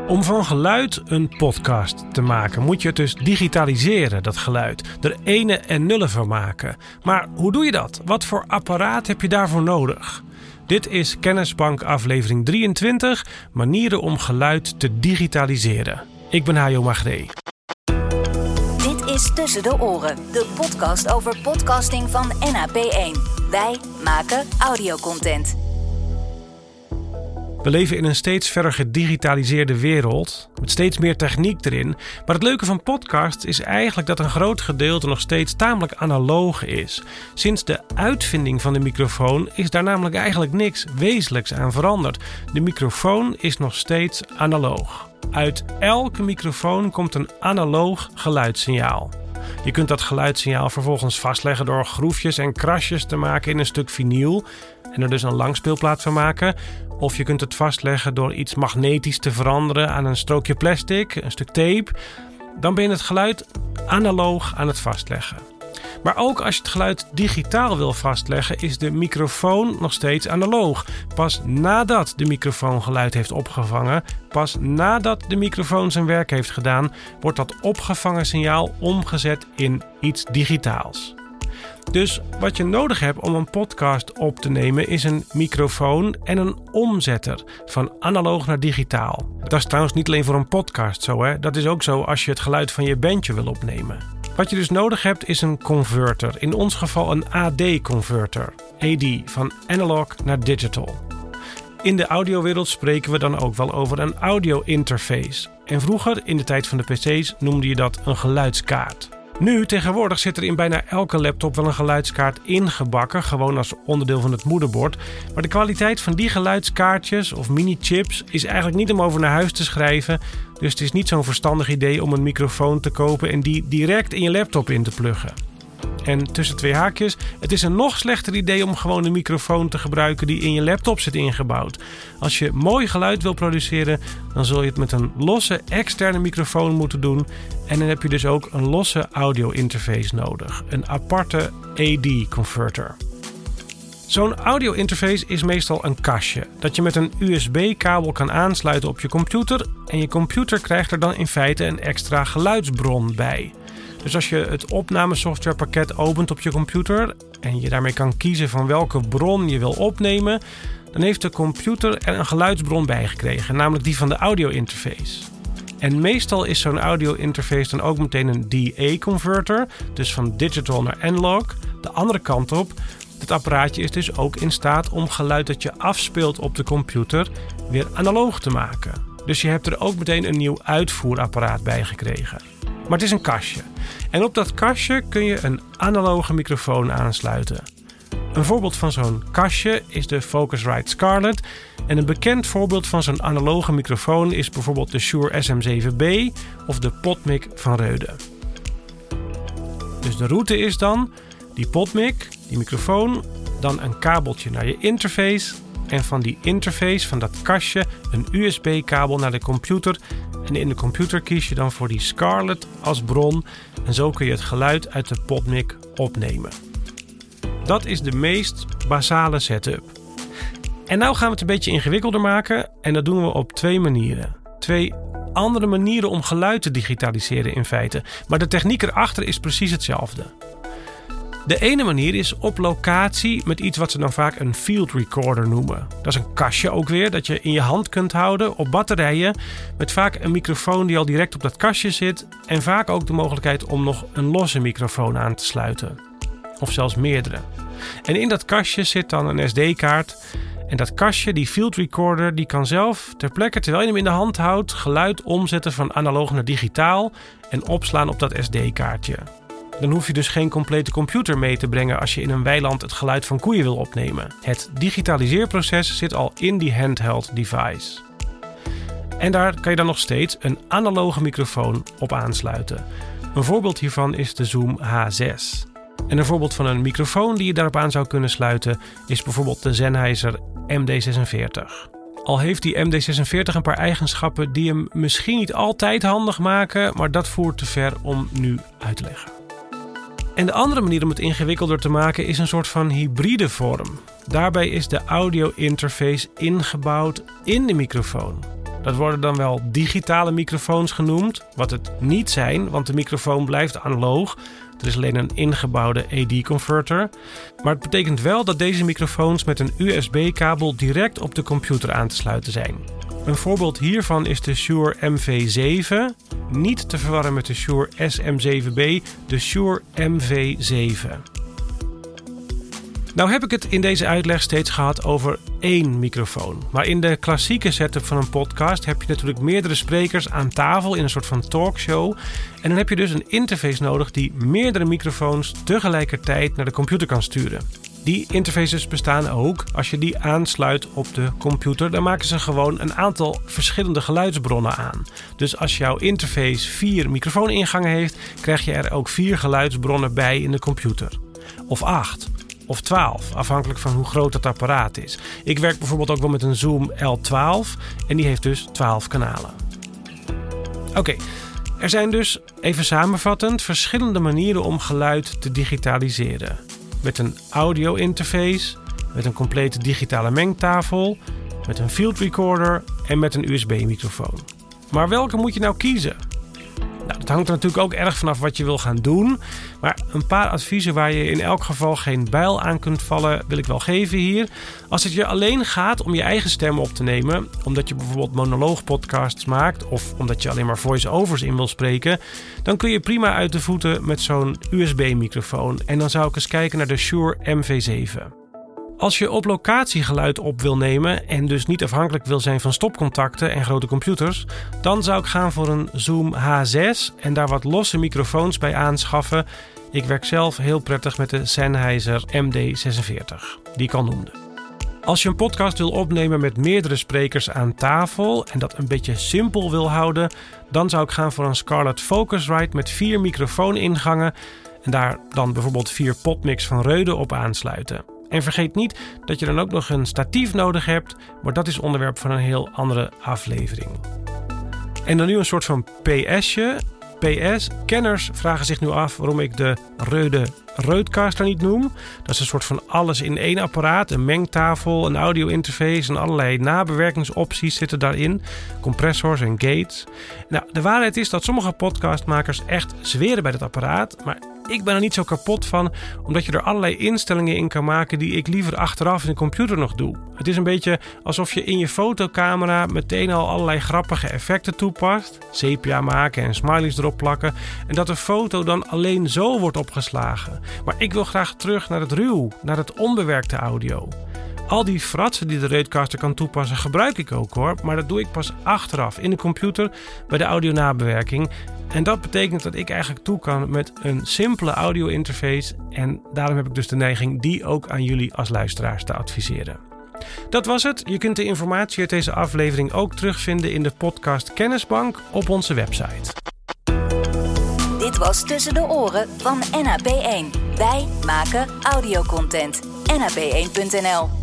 Om van geluid een podcast te maken moet je het dus digitaliseren, dat geluid. Er ene en nullen van maken. Maar hoe doe je dat? Wat voor apparaat heb je daarvoor nodig? Dit is Kennisbank aflevering 23, manieren om geluid te digitaliseren. Ik ben Hajo Magree. Dit is Tussen de Oren, de podcast over podcasting van NAP1. Wij maken audiocontent. We leven in een steeds verder gedigitaliseerde wereld, met steeds meer techniek erin. Maar het leuke van podcasts is eigenlijk dat een groot gedeelte nog steeds tamelijk analoog is. Sinds de uitvinding van de microfoon is daar namelijk eigenlijk niks wezenlijks aan veranderd. De microfoon is nog steeds analoog. Uit elke microfoon komt een analoog geluidssignaal. Je kunt dat geluidssignaal vervolgens vastleggen door groefjes en krasjes te maken in een stuk vinyl en er dus een langspeelplaat van maken. Of je kunt het vastleggen door iets magnetisch te veranderen aan een strookje plastic, een stuk tape. Dan ben je het geluid analoog aan het vastleggen. Maar ook als je het geluid digitaal wil vastleggen, is de microfoon nog steeds analoog. Pas nadat de microfoon geluid heeft opgevangen, pas nadat de microfoon zijn werk heeft gedaan, wordt dat opgevangen signaal omgezet in iets digitaals. Dus wat je nodig hebt om een podcast op te nemen is een microfoon en een omzetter van analoog naar digitaal. Dat is trouwens niet alleen voor een podcast zo, hè? Dat is ook zo als je het geluid van je bandje wil opnemen. Wat je dus nodig hebt is een converter, in ons geval een AD-converter. AD, van analog naar digital. In de audiowereld spreken we dan ook wel over een audio-interface. En vroeger, in de tijd van de PC's, noemde je dat een geluidskaart. Nu, tegenwoordig, zit er in bijna elke laptop wel een geluidskaart ingebakken, gewoon als onderdeel van het moederbord. Maar de kwaliteit van die geluidskaartjes of mini-chips is eigenlijk niet om over naar huis te schrijven. Dus het is niet zo'n verstandig idee om een microfoon te kopen en die direct in je laptop in te pluggen. En tussen twee haakjes, het is een nog slechter idee om gewoon een microfoon te gebruiken die in je laptop zit ingebouwd. Als je mooi geluid wil produceren, dan zul je het met een losse externe microfoon moeten doen. En dan heb je dus ook een losse audio-interface nodig. Een aparte AD-converter. Zo'n audio-interface is meestal een kastje dat je met een USB-kabel kan aansluiten op je computer. En je computer krijgt er dan in feite een extra geluidsbron bij. Dus als je het opnamesoftwarepakket opent op je computer en je daarmee kan kiezen van welke bron je wil opnemen, dan heeft de computer er een geluidsbron bij gekregen, namelijk die van de audio-interface. En meestal is zo'n audio-interface dan ook meteen een DA-converter, dus van digital naar analog, de andere kant op. Het apparaatje is dus ook in staat om geluid dat je afspeelt op de computer weer analoog te maken. Dus je hebt er ook meteen een nieuw uitvoerapparaat bij gekregen. Maar het is een kastje. En op dat kastje kun je een analoge microfoon aansluiten. Een voorbeeld van zo'n kastje is de Focusrite Scarlett. En een bekend voorbeeld van zo'n analoge microfoon is bijvoorbeeld de Shure SM7B of de PodMic van Rode. Dus de route is dan die PodMic, die microfoon, dan een kabeltje naar je interface. En van die interface, van dat kastje, een USB-kabel naar de computer. En in de computer kies je dan voor die Scarlett als bron. En zo kun je het geluid uit de PodMic opnemen. Dat is de meest basale setup. En nou gaan we het een beetje ingewikkelder maken. En dat doen we op twee manieren. Twee andere manieren om geluid te digitaliseren in feite. Maar de techniek erachter is precies hetzelfde. De ene manier is op locatie met iets wat ze dan vaak een field recorder noemen. Dat is een kastje ook weer dat je in je hand kunt houden op batterijen. Met vaak een microfoon die al direct op dat kastje zit. En vaak ook de mogelijkheid om nog een losse microfoon aan te sluiten. Of zelfs meerdere. En in dat kastje zit dan een SD-kaart. En dat kastje, die field recorder, die kan zelf ter plekke, terwijl je hem in de hand houdt, geluid omzetten van analoog naar digitaal en opslaan op dat SD-kaartje. Dan hoef je dus geen complete computer mee te brengen als je in een weiland het geluid van koeien wil opnemen. Het digitaliseerproces zit al in die handheld device. En daar kan je dan nog steeds een analoge microfoon op aansluiten. Een voorbeeld hiervan is de Zoom H6. En een voorbeeld van een microfoon die je daarop aan zou kunnen sluiten is bijvoorbeeld de Sennheiser MD46. Al heeft die MD46 een paar eigenschappen die hem misschien niet altijd handig maken, maar dat voert te ver om nu uit te leggen. En de andere manier om het ingewikkelder te maken is een soort van hybride vorm. Daarbij is de audio-interface ingebouwd in de microfoon. Dat worden dan wel digitale microfoons genoemd, wat het niet zijn, want de microfoon blijft analoog. Er is alleen een ingebouwde AD-converter. Maar het betekent wel dat deze microfoons met een USB-kabel direct op de computer aan te sluiten zijn. Een voorbeeld hiervan is de Shure MV7, niet te verwarren met de Shure SM7B, de Shure MV7. Nou heb ik het in deze uitleg steeds gehad over één microfoon. Maar in de klassieke setup van een podcast heb je natuurlijk meerdere sprekers aan tafel in een soort van talkshow. En dan heb je dus een interface nodig die meerdere microfoons tegelijkertijd naar de computer kan sturen. Die interfaces bestaan ook als je die aansluit op de computer. Dan maken ze gewoon een aantal verschillende geluidsbronnen aan. Dus als jouw interface 4 microfooningangen heeft, krijg je er ook 4 geluidsbronnen bij in de computer. Of 8. Of 12, afhankelijk van hoe groot het apparaat is. Ik werk bijvoorbeeld ook wel met een Zoom L12 en die heeft dus 12 kanalen. Oké, er zijn dus, even samenvattend, verschillende manieren om geluid te digitaliseren. Met een audio-interface, met een complete digitale mengtafel, met een field recorder en met een USB-microfoon. Maar welke moet je nou kiezen? Nou, dat hangt er natuurlijk ook erg vanaf wat je wil gaan doen. Maar een paar adviezen waar je in elk geval geen bijl aan kunt vallen, wil ik wel geven hier. Als het je alleen gaat om je eigen stem op te nemen, omdat je bijvoorbeeld monoloogpodcasts maakt of omdat je alleen maar voice-overs in wil spreken, dan kun je prima uit de voeten met zo'n USB-microfoon. En dan zou ik eens kijken naar de Shure MV7. Als je op locatie geluid op wil nemen en dus niet afhankelijk wil zijn van stopcontacten en grote computers, dan zou ik gaan voor een Zoom H6 en daar wat losse microfoons bij aanschaffen. Ik werk zelf heel prettig met de Sennheiser MD46, die ik al noemde. Als je een podcast wil opnemen met meerdere sprekers aan tafel en dat een beetje simpel wil houden, dan zou ik gaan voor een Scarlett Focusrite met 4 microfooningangen en daar dan bijvoorbeeld 4 Podmix van Rode op aansluiten. En vergeet niet dat je dan ook nog een statief nodig hebt, maar dat is onderwerp van een heel andere aflevering. En dan nu een soort van PS'je. PS, kenners vragen zich nu af waarom ik de Rode Rodecaster niet noem. Dat is een soort van alles in één apparaat. Een mengtafel, een audio-interface en allerlei nabewerkingsopties zitten daarin. Compressors en gates. Nou, de waarheid is dat sommige podcastmakers echt zweren bij dit apparaat, maar ik ben er niet zo kapot van, omdat je er allerlei instellingen in kan maken die ik liever achteraf in de computer nog doe. Het is een beetje alsof je in je fotocamera meteen al allerlei grappige effecten toepast. Sepia maken en smileys erop plakken. En dat de foto dan alleen zo wordt opgeslagen. Maar ik wil graag terug naar het ruw, naar het onbewerkte audio. Al die fratsen die de Rodecaster kan toepassen gebruik ik ook hoor. Maar dat doe ik pas achteraf in de computer bij de audio-nabewerking. En dat betekent dat ik eigenlijk toe kan met een simpele audio-interface. En daarom heb ik dus de neiging die ook aan jullie als luisteraars te adviseren. Dat was het. Je kunt de informatie uit deze aflevering ook terugvinden in de podcast Kennisbank op onze website. Dit was Tussen de Oren van NAP1. Wij maken audiocontent. NAP1.nl